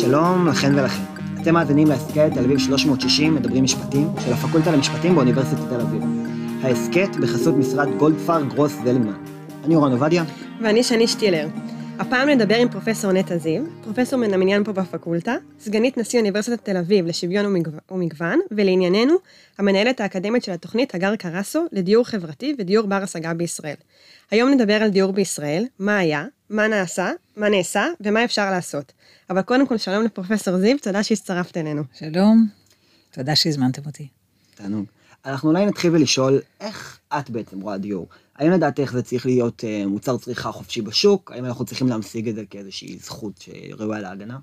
שלום לכן ולכם. אתם מאזינים להסכת תל אביב 360 מדברים משפטים של הפקולטה למשפטים באוניברסיטת תל אביב. ההסכת בחסות משרד גולדפרב גרוס זלינגמן. אני אורן עובדיה. ואני שני שטילר. הפעם נדבר עם פרופסור נטע זיו, פרופסור מן המניין פה בפקולטה, סגנית נשיא אוניברסיטת תל אביב לשוויון ומגוון, ולענייננו, המנהלת האקדמית של התוכנית הגר קרסו לדיור חברתי ודיור בר השגה בישראל. היום נדבר על דיור בישראל, מה היה, מה נעשה ומה אפשר לעשות. אבל קודם כל שלום לפרופסור זיו, תודה שהצטרפת אלינו. שלום, תודה שהזמנתם אותי. תענוג. אנחנו אולי נתחיל ולשאול, איך את בעצם רואה דיור? האם לדעתך זה צריך להיות מוצר צריכה חופשי בשוק? האם אנחנו צריכים להמשיג את זה כאיזושהי זכות שראויה להגנה?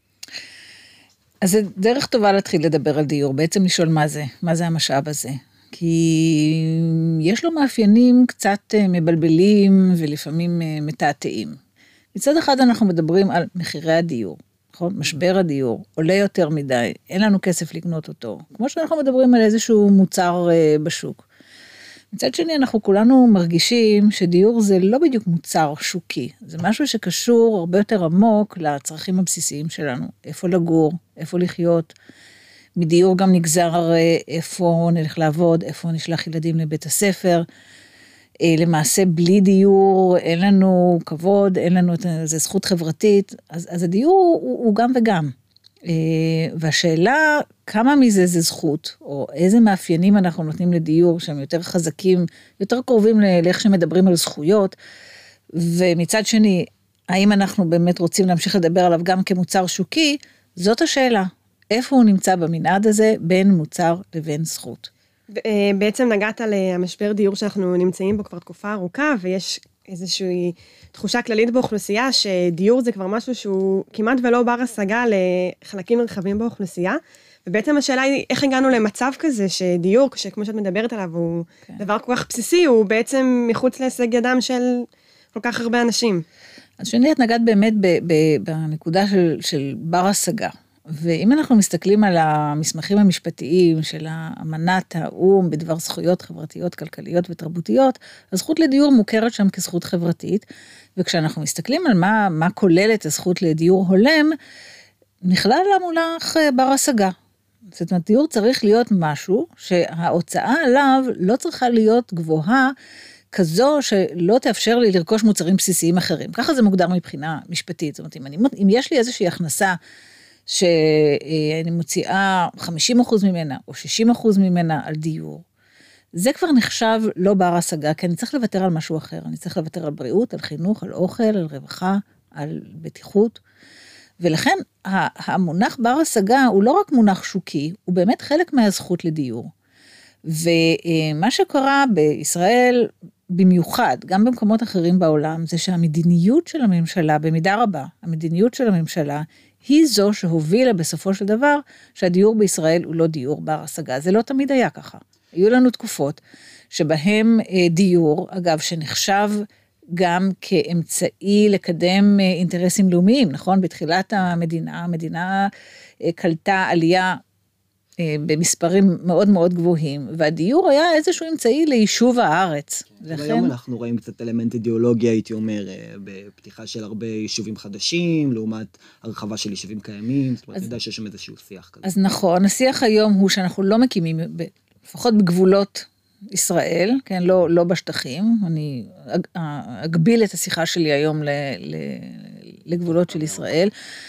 אז זה דרך טובה להתחיל לדבר על דיור, בעצם לשאול מה זה המשאב הזה. כי יש לו מאפיינים קצת מבלבלים ולפעמים מתעתעים. מצד אחד אנחנו מדברים על מחירי הדיור, נכון? משבר הדיור, עולה יותר מדי, אין לנו כסף לקנות אותו, כמו שאנחנו מדברים על איזשהו מוצר בשוק. מצד שני אנחנו כולנו מרגישים שדיור זה לא בדיוק מוצר שוקי, זה משהו שקשור הרבה יותר עמוק לצרכים הבסיסיים שלנו, איפה לגור, איפה לחיות, מדיור גם נגזר איפה נלך לעבוד, איפה נשלח ילדים לבית הספר, למעשה בלי דיור אין לנו כבוד, אין לנו איזו זכות חברתית, אז הדיור הוא גם וגם. והשאלה כמה מזה זה זכות, או איזה מאפיינים אנחנו נותנים לדיור שהם יותר חזקים, יותר קרובים לאיך שמדברים על זכויות, ומצד שני, האם אנחנו באמת רוצים להמשיך לדבר עליו גם כמוצר שוקי, זאת השאלה. איפה הוא נמצא במנעד הזה בין מוצר לבין זכות? בעצם נגעת על המשבר דיור שאנחנו נמצאים בו כבר תקופה ארוכה, ויש איזושהי תחושה כללית באוכלוסייה, שדיור זה כבר משהו שהוא כמעט ולא בר השגה לחלקים רחבים באוכלוסייה, ובעצם השאלה היא איך הגענו למצב כזה, שדיור, שכמו שאת מדברת עליו, הוא דבר כל כך בסיסי, הוא בעצם מחוץ להישג ידם של כל כך הרבה אנשים. אז שני, את נגעת באמת בנקודה של בר השגה. ואם אנחנו מסתכלים על המסמכים המשפטיים של אמנת האו"ם בדבר זכויות חברתיות, כלכליות ותרבותיות, הזכות לדיור מוכרת שם כזכות חברתית, וכשאנחנו מסתכלים על מה כוללת הזכות לדיור הולם, נכלל למונח בר השגה. זאת אומרת, דיור צריך להיות משהו שההוצאה עליו לא צריכה להיות גבוהה, כזו שלא תאפשר לי לרכוש מוצרים בסיסיים אחרים. ככה זה מוגדר מבחינה משפטית. זאת אומרת, אם יש לי איזושהי הכנסה, שאני מוציאה 50% ממנה, או 60% ממנה על דיור, זה כבר נחשב לא בר השגה, כי אני צריך לוותר על משהו אחר, אני צריך לוותר על בריאות, על חינוך, על אוכל, על רווחה, על בטיחות, ולכן המונח בר השגה הוא לא רק מונח שוקי, הוא באמת חלק מהזכות לדיור, ומה שקרה בישראל במיוחד, גם במקומות אחרים בעולם, זה שהמדיניות של הממשלה, במידה רבה, המדיניות של הממשלה, היא זו שהובילה בסופו של דבר, שהדיור בישראל הוא לא דיור בר השגה. זה לא תמיד היה ככה. היו לנו תקופות שבהם דיור, אגב, שנחשב גם כאמצעי לקדם אינטרסים לאומיים, נכון? בתחילת המדינה קלטה עלייה במספרים מאוד מאוד גבוהים, והדיור היה איזשהו אמצעי ליישוב הארץ. היום אנחנו רואים קצת אלמנט אידיאולוגיה, הייתי אומר, בפתיחה של הרבה יישובים חדשים, לעומת הרחבה של יישובים קיימים, זאת אומרת, אני יודע שיש שם איזשהו שיח כזה. אז נכון, השיח היום הוא שאנחנו לא מקימים, לפחות בגבולות ישראל, כן, לא בשטחים, אני אגביל את השיחה שלי היום לגבולות של ישראל,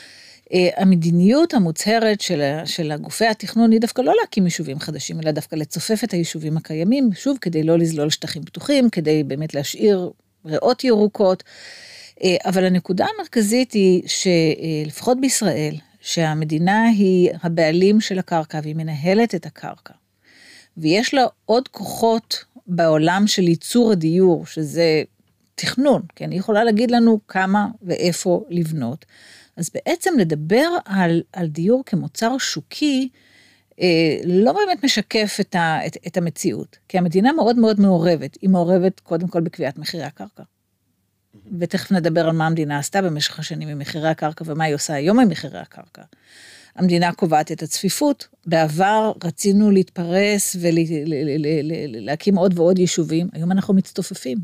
המדיניות המוצהרת של הגופי התכנון היא דווקא לא להקים יישובים חדשים, אלא דווקא לצופף את היישובים הקיימים, שוב, כדי לא לזלול שטחים פתוחים, כדי באמת להשאיר ריאות ירוקות, אבל הנקודה המרכזית היא שלפחות בישראל, שהמדינה היא הבעלים של הקרקע, והיא מנהלת את הקרקע, ויש לה עוד כוחות בעולם של ייצור הדיור, שזה תכנון, כי אני יכולה להגיד לנו כמה ואיפה לבנות, אז בעצם לדבר על דיור כמוצר שוקי, לא באמת משקף את המציאות, כי המדינה מאוד מאוד מעורבת, היא מעורבת קודם כל בקביעת מחירי הקרקע, ותכף נדבר על מה המדינה עשתה במשך השנים עם מחירי הקרקע, ומה היא עושה היום עם מחירי הקרקע. המדינה קובעת את הצפיפות, בעבר רצינו להתפרס ולהקים עוד ועוד יישובים, היום אנחנו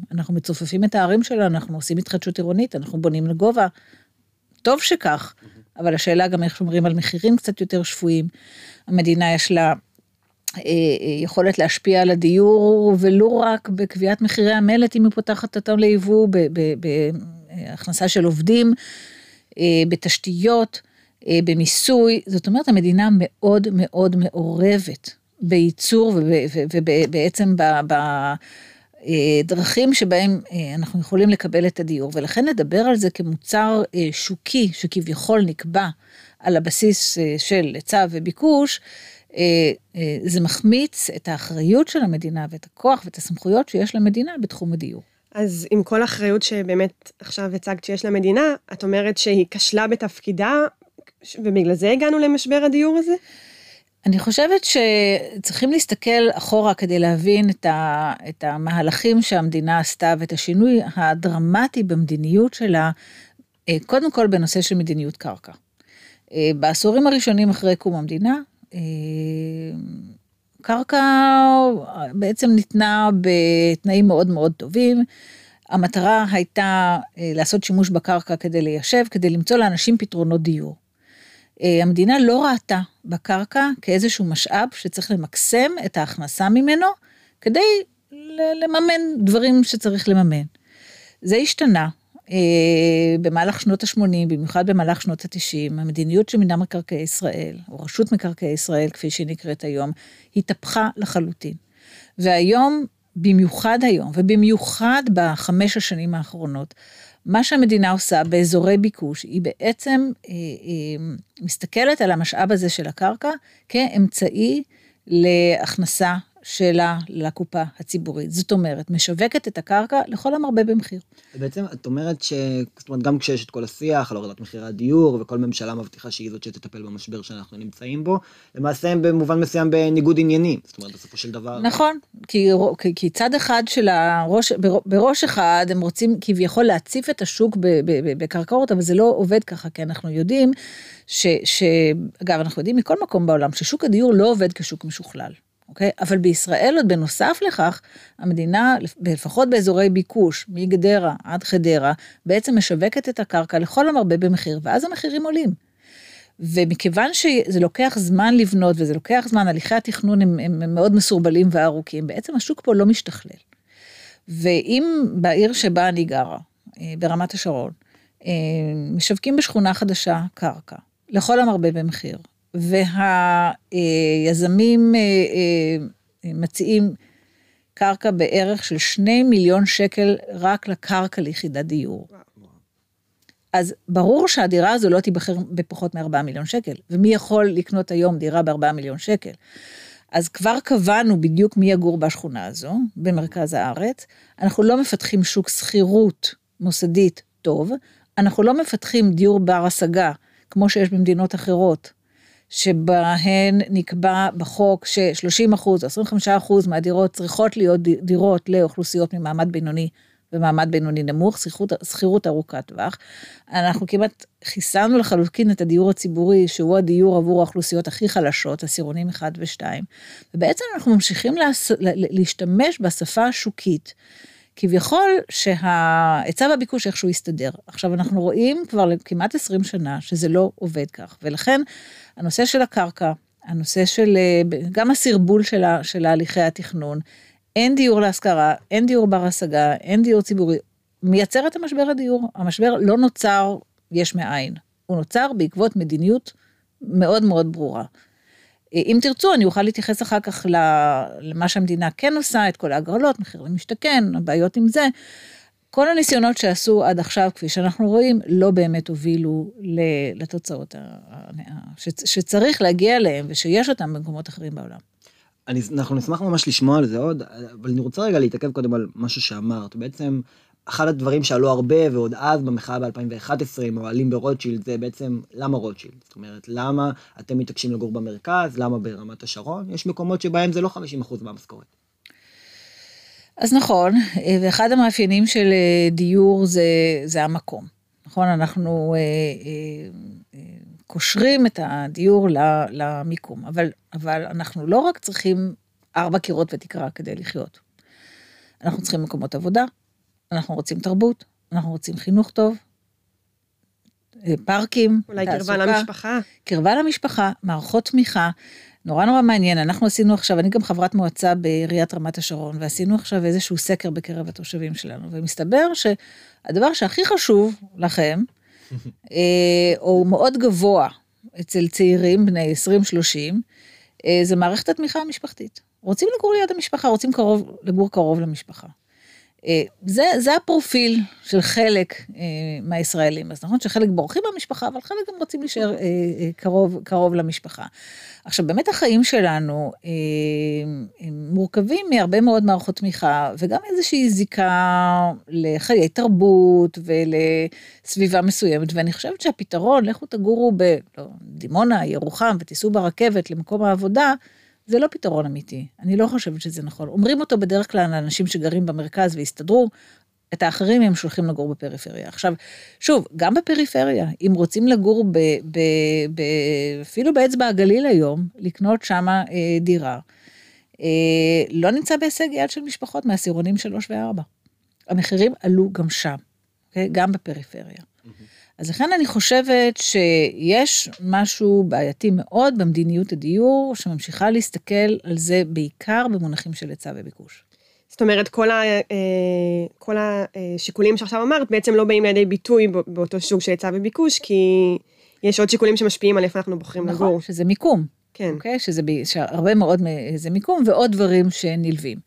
מצופפים את הערים שלנו, אנחנו עושים התחדשות עירונית, אנחנו בונים לגובה, טוב שכך, אבל השאלה גם איך שומרים על מחירים קצת יותר שפויים. המדינה יש לה יכולת להשפיע על הדיור, ולא רק בקביעת מחירי המלט, אם היא פותחת אותם ליבוא, בהכנסה של עובדים, בתשתיות, במיסוי. זאת אומרת, המדינה מאוד מאוד מעורבת בייצור, ובעצם בדרכים שבהם אנחנו יכולים לקבל את הדיור, ולכן נדבר על זה כמוצר שוקי, שכביכול נקבע על הבסיס של היצע וביקוש, זה מחמיץ את האחריות של המדינה, ואת הכוח ואת הסמכויות שיש למדינה בתחום הדיור. אז עם כל האחריות שבאמת עכשיו הצגת שיש למדינה, את אומרת שהיא כשלה בתפקידה, ובגלל זה הגענו למשבר הדיור הזה? אני חושבת שצריכים להסתכל אחורה כדי להבין את המהלכים שהמדינה עשתה, ואת השינוי הדרמטי במדיניות שלה, קודם כל בנושא של מדיניות קרקע. בעשורים הראשונים אחרי קום המדינה, קרקע בעצם ניתנה בתנאים מאוד מאוד טובים. המטרה הייתה לעשות שימוש בקרקע כדי ליישב, כדי למצוא לאנשים פתרונות דיור. המדינה לא ראתה בקרקע כאיזשהו משאב שצריך למקסם את ההכנסה ממנו, כדי לממן דברים שצריך לממן. זה השתנה. במהלך שנות ה-80, במיוחד במהלך שנות ה-90, המדיניות של מינהל מקרקעי ישראל, או רשות מקרקעי ישראל, כפי שהיא נקראת היום, התהפכה לחלוטין. והיום, במיוחד היום, ובמיוחד ב5 השנים האחרונות, מה שהמדינה עושה באזורי ביקוש, היא בעצם מסתכלת על המשאב הזה של הקרקע, כאמצעי להכנסה שלה לקופה הציבורית. זאת אומרת, משווקת את הקרקע לכל המרבה במחיר. ובעצם את אומרת זאת אומרת, גם כשיש את כל השיח על הורדת מחירי הדיור, וכל ממשלה מבטיחה שהיא זאת שתטפל במשבר שאנחנו נמצאים בו, למעשה הם במובן מסוים בניגוד עניינים. זאת אומרת, בסופו של דבר... נכון, כי צד אחד של בראש אחד, הם רוצים כביכול להציף את השוק בקרקעות, אבל זה לא עובד ככה, כי אנחנו יודעים אגב, אנחנו יודעים מכל מקום בעולם, ששוק הדיור לא עובד כשוק משוכלל. אוקיי? אבל בישראל עוד בנוסף לכך, המדינה, לפחות באזורי ביקוש, מגדרה עד חדרה, בעצם משווקת את הקרקע לכל המרבה במחיר, ואז המחירים עולים. ומכיוון שזה לוקח זמן לבנות, וזה לוקח זמן, הליכי התכנון הם מאוד מסורבלים וארוכים, בעצם השוק פה לא משתכלל. ואם בעיר שבה אני גרה, ברמת השרון, משווקים בשכונה חדשה קרקע, לכל המרבה במחיר, והיזמים מציעים קרקע בערך של 2 מיליון שקל רק לקרקע ליחידת דיור. אז ברור שהדירה הזו לא תיבחר בפחות מ4 מיליון שקל, ומי יכול לקנות היום דירה ב4 מיליון שקל? אז כבר קבענו בדיוק מי יגור בשכונה הזו, במרכז הארץ, אנחנו לא מפתחים שוק שכירות מוסדית טוב, אנחנו לא מפתחים דיור בר השגה, כמו שיש במדינות אחרות, שבהן נקבע בחוק ש30% או 25% מהדירות צריכות להיות דירות לאוכלוסיות ממעמד בינוני ומעמד בינוני נמוך, שכירות ארוכת טווח. אנחנו כמעט חיסנו לחלוטין את הדיור הציבורי, שהוא הדיור עבור האוכלוסיות הכי חלשות, עשירונים 1 ו-2, ובעצם אנחנו ממשיכים להשתמש בשפה השוקית, כביכול שההיצע והביקוש איכשהו יסתדר. עכשיו אנחנו רואים כבר כמעט 20 שנה שזה לא עובד כך, ולכן הנושא של הקרקע, הנושא של גם הסרבול של ההליכי התכנון, אין דיור להשכרה, אין דיור בר השגה, אין דיור ציבורי, מייצר את המשבר הדיור. המשבר לא נוצר יש מאין, הוא נוצר בעקבות מדיניות מאוד מאוד ברורה. אם תרצו, אני אוכל להתייחס אחר כך למה שהמדינה כן עושה, את כל ההגרלות, מחיר למשתכן, הבעיות עם זה. כל הניסיונות שעשו עד עכשיו, כפי שאנחנו רואים, לא באמת הובילו לתוצאות שצריך להגיע אליהם, ושיש אותם במקומות אחרים בעולם. אנחנו נשמח ממש לשמוע על זה עוד, אבל אני רוצה רגע להתעכב קודם על משהו שאמרת. בעצם, אחד הדברים שעלו הרבה, ועוד אז במחאה ב-2011, עם אוהלים ברוטשילד, זה בעצם למה רוטשילד? זאת אומרת, למה אתם מתעקשים לגור במרכז, למה ברמת השרון? יש מקומות שבהם זה לא 50% מהמשכורת. אז נכון, ואחד המאפיינים של דיור זה המקום. נכון, אנחנו קושרים את הדיור למיקום, אבל אנחנו לא רק צריכים 4 קירות ותקרה כדי לחיות. אנחנו צריכים מקומות עבודה, אנחנו רוצים תרבות, אנחנו רוצים חינוך טוב, פארקים, אולי קרבה למשפחה. קרבה למשפחה, מערכות תמיכה, נורא נורא מעניין, אנחנו עשינו עכשיו, אני גם חברת מועצה בעיריית רמת השרון, ועשינו עכשיו איזשהו סקר בקרב התושבים שלנו, ומסתבר שהדבר שהכי חשוב לכם, הוא מאוד גבוה אצל צעירים, בני 20-30, זה מערכת התמיכה המשפחתית. רוצים לגור ליד המשפחה, רוצים לגור קרוב למשפחה. זה הפרופיל של חלק מהישראלים. אז נכון שחלק בורחים מהמשפחה, אבל חלק גם רוצים להישאר קרוב למשפחה. עכשיו, באמת החיים שלנו הם מורכבים מהרבה מאוד מערכות תמיכה, וגם איזושהי זיקה לחיי תרבות ולסביבה מסוימת, ואני חושבת שהפתרון, לכו תגורו בדימונה, ירוחם, ותיסעו ברכבת למקום העבודה, זה לא פתרון אמיתי, אני לא חושבת שזה נכון. אומרים אותו בדרך כלל לאנשים שגרים במרכז והסתדרו, את האחרים הם שולחים לגור בפריפריה. עכשיו, שוב, גם בפריפריה, אם רוצים לגור אפילו באצבע הגליל היום, לקנות שם דירה, לא נמצא בהישג יד של משפחות מהעשירונים 3 ו-4. המחירים עלו גם שם, גם בפריפריה. אז לכן אני חושבת שיש משהו בעייתי מאוד במדיניות הדיור, שממשיכה להסתכל על זה בעיקר במונחים של היצע וביקוש. זאת אומרת, כל השיקולים שעכשיו אמרת, בעצם לא באים לידי ביטוי באותו סוג של היצע וביקוש, כי יש עוד שיקולים שמשפיעים על איפה אנחנו בוחרים לגור. נכון, שזה מיקום. כן. אוקיי? שהרבה מאוד זה מיקום, ועוד דברים שנלווים.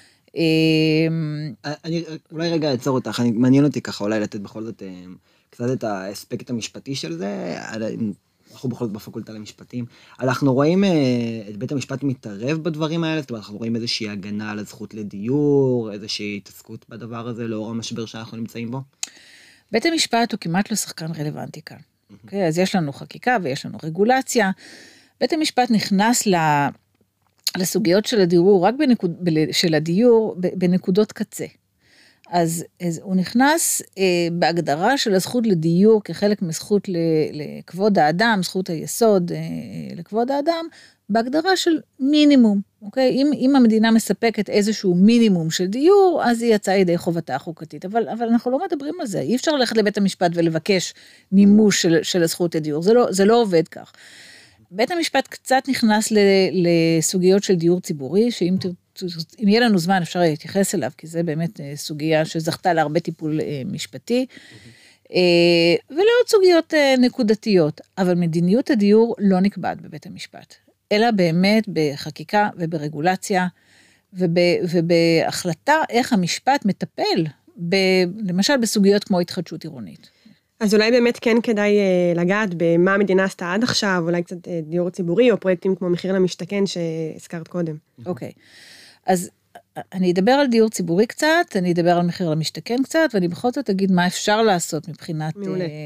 אני אולי רגע אעצור אותך, מעניין אותי ככה אולי לתת בכל זאת קצת את האספקט המשפטי של זה, אנחנו בכל זאת בפקולטה למשפטים, אנחנו רואים את בית המשפט מתערב בדברים האלה, זאת אומרת, אנחנו רואים איזושהי הגנה על הזכות לדיור, איזושהי התעסקות בדבר הזה, לאור המשבר שאנחנו נמצאים בו? בית המשפט הוא כמעט לא שחקן רלוונטי כאן. אוקיי? אז יש לנו חקיקה ויש לנו רגולציה, בית המשפט נכנס לסוגיות של הדיור, רק של הדיור, בנקודות קצה. אז הוא נכנס בהגדרה של הזכות לדיור כחלק מזכות לכבוד האדם, זכות היסוד לכבוד האדם, בהגדרה של מינימום, אוקיי? אם המדינה מספקת איזשהו מינימום של דיור, אז היא יצאה ידי חובתה החוקתית, אבל אנחנו לא מדברים על זה, אי אפשר ללכת לבית המשפט ולבקש מימוש של הזכות לדיור, זה לא עובד כך. בית המשפט קצת נכנס לסוגיות של דיור ציבורי, שאם יהיה לנו זמן אפשר להתייחס אליו, כי זה באמת סוגיה שזכתה להרבה טיפול משפטי, ולעוד סוגיות נקודתיות, אבל מדיניות הדיור לא נקבעת בבית המשפט, אלא באמת בחקיקה וברגולציה, ובהחלטה איך המשפט מטפל, למשל בסוגיות כמו התחדשות עירונית. אז אולי באמת כן כדאי לגעת במה המדינה עשתה עד עכשיו, אולי קצת דיור ציבורי, או פרויקטים כמו מחיר למשתכן שהזכרת קודם. אוקיי. אז אני אדבר על דיור ציבורי קצת, אני אדבר על מחיר למשתכן קצת, ואני בכל זאת אגיד מה אפשר לעשות מבחינת,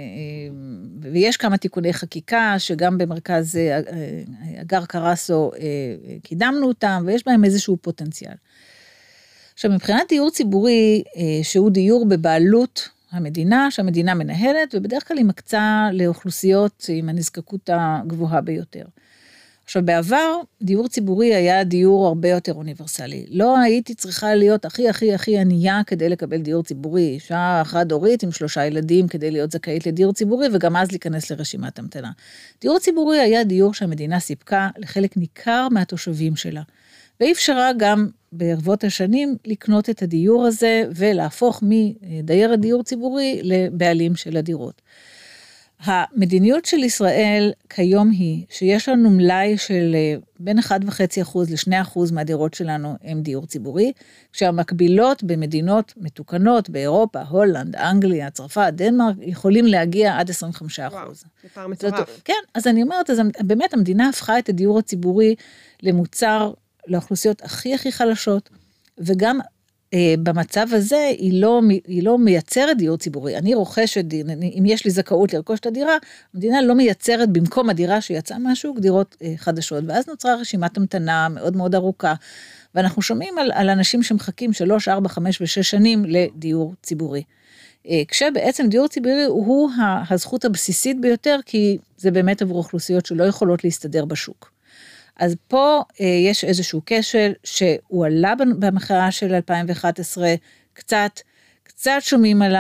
ויש כמה תיקוני חקיקה, שגם במרכז אגר קרסו קידמנו אותם, ויש בהם איזשהו פוטנציאל. עכשיו, מבחינת דיור ציבורי, שהוא דיור בבעלות המדינה, שהמדינה מנהלת, ובדרך כלל היא מקצה לאוכלוסיות עם הנזקקות הגבוהה ביותר. עכשיו, בעבר, דיור ציבורי היה דיור הרבה יותר אוניברסלי. לא הייתי צריכה להיות הכי ענייה כדי לקבל דיור ציבורי. אישה אחת הורית עם 3 ילדים כדי להיות זכאית לדיור ציבורי, וגם אז להיכנס לרשימת המתנה. דיור ציבורי היה דיור שהמדינה סיפקה לחלק ניכר מהתושבים שלה. והיא אפשרה גם בערבות השנים לקנות את הדיור הזה, ולהפוך מדייר הדיור ציבורי לבעלים של הדירות. המדיניות של ישראל כיום היא שיש לנו מלאי של בין 1.5% ל2% מהדירות שלנו הם דיור ציבורי, כשהמקבילות במדינות מתוקנות באירופה, הולנד, אנגליה, צרפת, דנמרק, יכולים להגיע עד 25%. וואו, זה פער מטורף. כן, אז אני אומרת, אז באמת המדינה הפכה את הדיור הציבורי למוצר לאוכלוסיות הכי חלשות, וגם במצב הזה היא לא מייצרת דיור ציבורי. אני רוכשת, אם יש לי זכאות לרכוש את הדירה, המדינה לא מייצרת במקום הדירה שיצאה מהשוק דירות חדשות, ואז נוצרה רשימת המתנה מאוד מאוד ארוכה, ואנחנו שומעים על אנשים שמחכים 3, 4, 5 ו6 שנים לדיור ציבורי. כשבעצם דיור ציבורי הוא הזכות הבסיסית ביותר, כי זה באמת עבור אוכלוסיות שלא יכולות להסתדר בשוק. אז פה יש איזשהו כשל שהוא עלה במחאה של 2011, קצת שומעים עליו,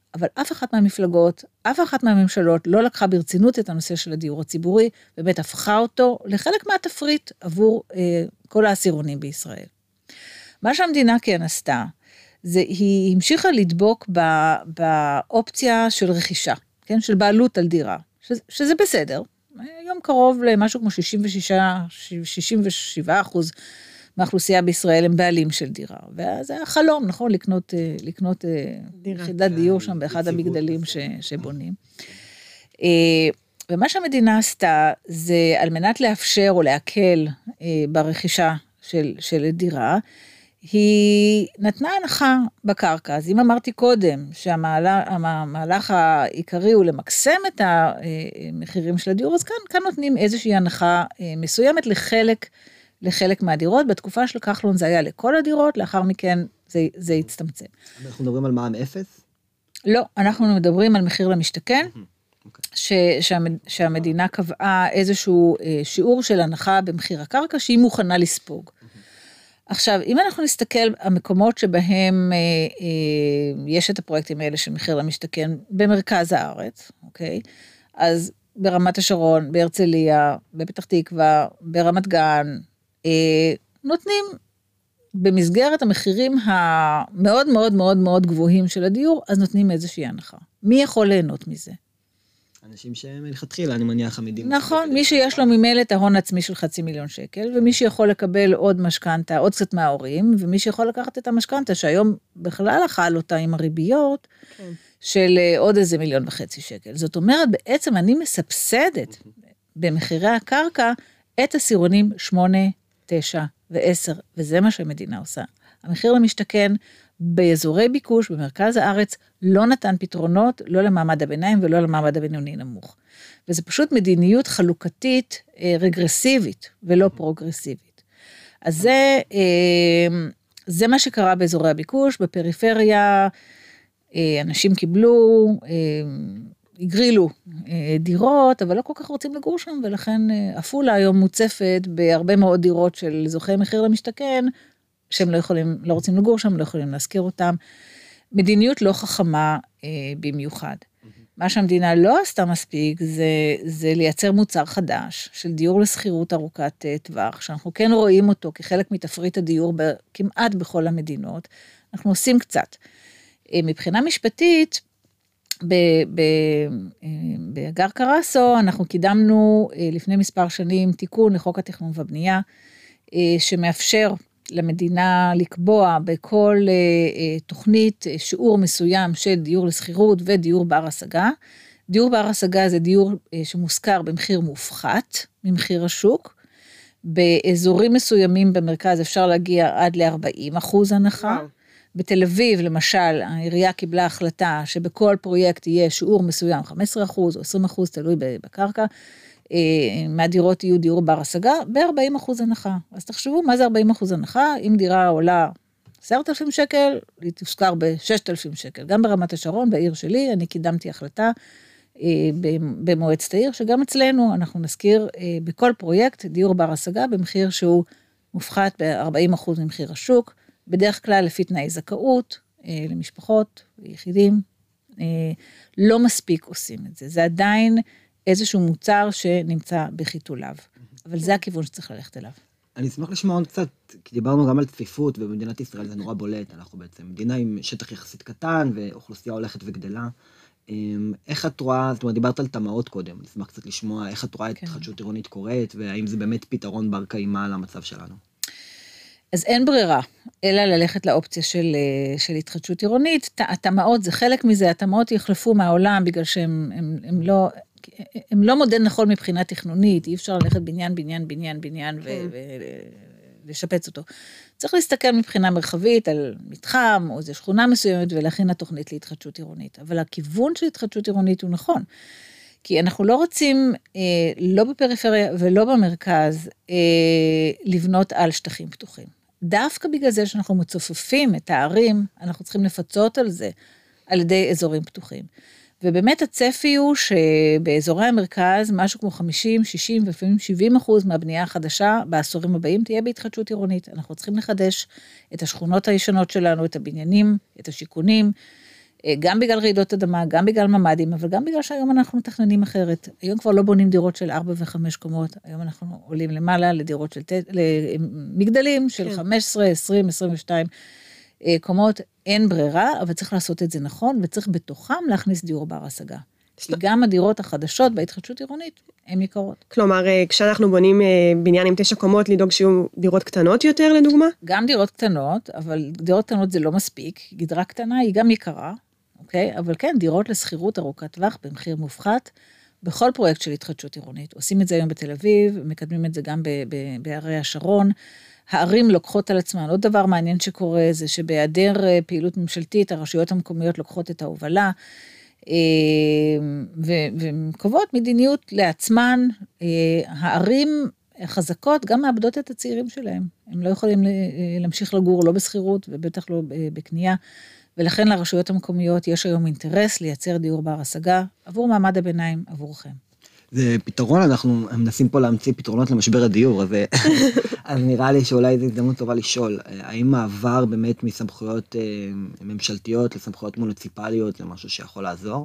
אבל אף אחת מהמפלגות, אף אחת מהממשלות לא לקחה ברצינות את הנושא של הדיור הציבורי, באמת הפכה אותו לחלק מהתפריט עבור כל העשירונים בישראל. מה שהמדינה כן עשתה, זה היא המשיכה לדבוק באופציה של רכישה, כן? של בעלות על דירה, שזה בסדר. היום קרוב למשהו כמו 67% מהאוכלוסייה בישראל הם בעלים של דירה, וזה החלום, נכון? לקנות יחידת דיור שם באחד המגדלים שבונים. ומה שהמדינה עשתה, זה על מנת לאפשר או להקל ברכישה של דירה, היא נתנה הנחה בקרקע. אז אם אמרתי קודם שהמהלך העיקרי הוא למקסם את המחירים של הדיור, אז כאן נותנים איזושהי הנחה מסוימת לחלק מהדירות. בתקופה של כחלון זה היה לכל הדירות, לאחר מכן זה הצטמצם. אנחנו מדברים על מע"מ אפס? לא, אנחנו מדברים על מחיר למשתכן, שהמדינה קבעה איזשהו שיעור של הנחה במחיר הקרקע, שהיא מוכנה לספוג. עכשיו, אם אנחנו נסתכל המקומות שבהם יש את הפרויקטים האלה של מחיר למשתכן במרכז הארץ, אוקיי? אז ברמת השרון, בהרצליה, בפתח תקווה, ברמת גן, נותנים במסגרת המחירים המאוד מאוד מאוד מאוד גבוהים של הדיור, אז נותנים איזושהי הנחה. מי יכול ליהנות מזה? אנשים שמלכתחילה, אני מניח, עמידים. נכון, מי שיש לו ממילא את ההון העצמי של 500,000 שקל, ומי שיכול לקבל עוד משכנתה, עוד קצת מההורים, ומי שיכול לקחת את המשכנתה, שהיום בכלל אכל אותה עם הריביות, של עוד איזה 1.5 מיליון שקל. זאת אומרת, בעצם אני מסבסדת במחירי הקרקע, את עשירונים 8, 9 ו-10, וזה מה שהמדינה עושה. המחיר למשתכן באזורי ביקוש, במרכז הארץ, לא נתן פתרונות, לא למעמד הביניים ולא למעמד הבינוני נמוך. וזה פשוט מדיניות חלוקתית רגרסיבית ולא פרוגרסיבית. אז זה מה שקרה באזורי הביקוש, בפריפריה, אנשים קיבלו, הגרילו דירות, אבל לא כל כך רוצים לגור שם, ולכן עפולה היום מוצפת בהרבה מאוד דירות של זוכי מחיר למשתכן, שהם לא רוצים לגור שם, לא יכולים להזכיר אותם. מדיניות לא חכמה במיוחד. מה שהמדינה לא עשתה מספיק, זה לייצר מוצר חדש, של דיור לסחירות ארוכת טווח, שאנחנו כן רואים אותו כחלק מתפריט הדיור כמעט בכל המדינות. אנחנו עושים קצת. מבחינה משפטית, באגר קרסו, אנחנו קידמנו לפני מספר שנים תיקון לחוק התכנון והבנייה, שמאפשר למדינה לקבוע בכל תוכנית שיעור מסוים של דיור לסחירות ודיור בר השגה. דיור בר השגה זה דיור שמושכר במחיר מופחת ממחיר השוק. באזורים מסוימים במרכז אפשר להגיע עד ל-40% הנחה. בתל אביב, למשל, העירייה קיבלה החלטה שבכל פרויקט יהיה שיעור מסוים, 15% או 20%, תלוי בקרקע, מהדירות יהיו דיור בר השגה, ב-40% הנחה. אז תחשבו, מה זה 40% הנחה? אם דירה עולה 10,000 שקל, היא תושכר ב-6,000 שקל. גם ברמת השרון, בעיר שלי, אני קידמתי החלטה במועצת העיר, שגם אצלנו אנחנו נזכיר בכל פרויקט דיור בר השגה, במחיר שהוא מופחת ב-40% ממחיר השוק, בדרך כלל לפי תנאי זכאות, למשפחות, ליחידים, לא מספיק עושים את זה. זה עדיין איזשהו מוצר שנמצא בחיתוליו, אבל זה הכיוון שצריך ללכת אליו. אני אשמח לשמוע עוד קצת, כי דיברנו גם על צפיפות, ובמדינת ישראל זה נורא בולט, אנחנו בעצם מדינה עם שטח יחסית קטן, ואוכלוסייה הולכת וגדלה. איך את רואה, זאת אומרת, דיברת על תמ"אות קודם, אני אשמח קצת לשמוע איך את רואה את התחדשות עירונית קורית, והאם זה באמת פתרון בר קיימא למצב שלנו. אז אין ברירה, אלא ללכת לאופציה של התחדשות עירונית. התמ"אות זה חלק מזה, התמ"אות יחלפו מהעולם, בגלל שהם לא מודל נכון מבחינה תכנונית, אי אפשר ללכת בניין ולשפץ אותו. צריך להסתכל מבחינה מרחבית על מתחם, או איזו שכונה מסוימת, ולהכין התוכנית להתחדשות עירונית. אבל הכיוון של התחדשות עירונית הוא נכון, כי אנחנו לא רוצים, לא בפריפריה ולא במרכז, לבנות על שטחים פתוחים. דווקא בגלל זה שאנחנו מצופפים את הערים, אנחנו צריכים לפצות על זה, על ידי אזורים פתוחים. ובאמת הצפי הוא שבאזורי המרכז, משהו כמו 50, 60 ולפעמים 70% מהבנייה החדשה בעשורים הבאים תהיה בהתחדשות עירונית. אנחנו צריכים לחדש את השכונות הישנות שלנו, את הבניינים, את השיכונים, גם בגלל רעידות אדמה, גם בגלל ממדים, אבל גם בגלל שהיום אנחנו מתכננים אחרת. היום כבר לא בונים דירות של 4 ו-5 קומות, היום אנחנו עולים למעלה לדירות של מגדלים של 15, 20, 22 קומות, אין ברירה, אבל צריך לעשות את זה נכון, וצריך בתוכם להכניס דיור בר השגה. כי גם הדירות החדשות בהתחדשות עירונית, הן יקרות. כלומר, כשאנחנו בונים בניין עם 9 קומות, לדאוג שיהיו דירות קטנות יותר, לדוגמה? גם דירות קטנות, אבל דירות קטנות זה לא מספיק, גדרה קטנה היא גם יקרה, אוקיי? אבל כן, דירות לשכירות ארוכת טווח, במחיר מופחת, בכל פרויקט של התחדשות עירונית. עושים את זה היום בתל אביב, מקדמים את זה גם בערי השרון. הערים לוקחות על עצמן. עוד דבר מעניין שקורה, זה שבהיעדר פעילות ממשלתית, הרשויות המקומיות לוקחות את ההובלה, וקובעות מדיניות לעצמן. הערים חזקות גם מאבדות את הצעירים שלהם. הם לא יכולים להמשיך לגור, לא בסחירות, ובטח לא בקנייה, ולכן לרשויות המקומיות יש היום אינטרס לייצר דיור בר השגה, עבור מעמד הביניים, עבורכם. זה פתרון, אנחנו מנסים פה להמציא פתרונות למשבר הדיור, אז נראה לי שאולי זו הזדמנות טובה לשאול, האם מעבר באמת מסמכויות ממשלתיות לסמכויות מוניציפליות, למשהו שיכול לעזור?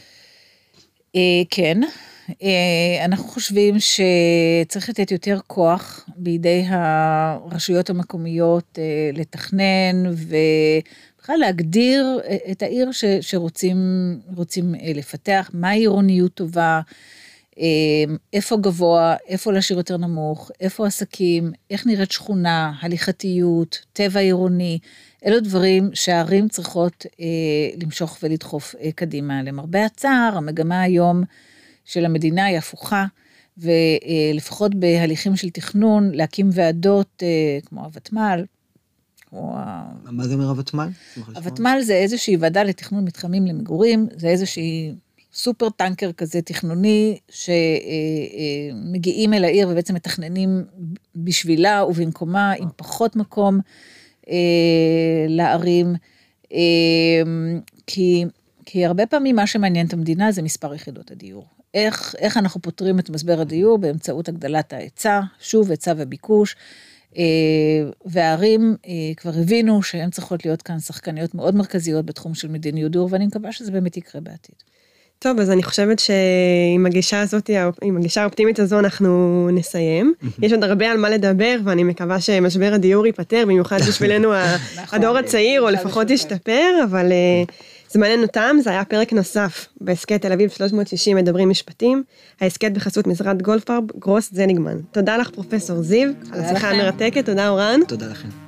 כן, אנחנו חושבים שצריך לתת יותר כוח בידי הרשויות המקומיות לתכנן ובכלל להגדיר את העיר שרוצים לפתח, מה עירוניות טובה, איפה גבוה, איפה להשאיר יותר נמוך, איפה עסקים, איך נראית שכונה, הליכתיות, טבע עירוני, אלו דברים שהערים צריכות למשוך ולדחוף קדימה. למרבה הצער, המגמה היום של המדינה היא הפוכה, ולפחות בהליכים של תכנון, להקים ועדות כמו הוותמ"ל, מה זה אומר הוותמ"ל? הוותמ"ל זה איזושהי ועדה לתכנון מתחמים למגורים, זה איזושהי סופר טנקר כזה תכנוני, שמגיעים אל העיר ובעצם מתכננים בשבילה ובמקומה, עם פחות מקום לערים, כי הרבה פעמים מה שמעניין את המדינה זה מספר יחידות הדיור. איך אנחנו פותרים את משבר הדיור באמצעות הגדלת ההיצע, שוב היצע וביקוש, והערים כבר הבינו שהן צריכות להיות כאן שחקניות מאוד מרכזיות בתחום של מדיניות דיור, ואני מקווה שזה באמת יקרה בעתיד. טוב, אז אני חושבת שעם הגישה הזאת, עם הגישה האופטימית הזו אנחנו נסיים. יש עוד הרבה על מה לדבר, ואני מקווה שמשבר הדיור ייפטר, במיוחד בשבילנו הדור הצעיר, או לפחות ישתפר, אבל זמננו תם, זה היה פרק נוסף בהסכת תל אביב 360 מדברים משפטים, ההסכת בחסות משרד גולדפרב, גרוס זניגמן. תודה לך פרופסור זיו, על השיחה המרתקת, תודה אורן. תודה לכם.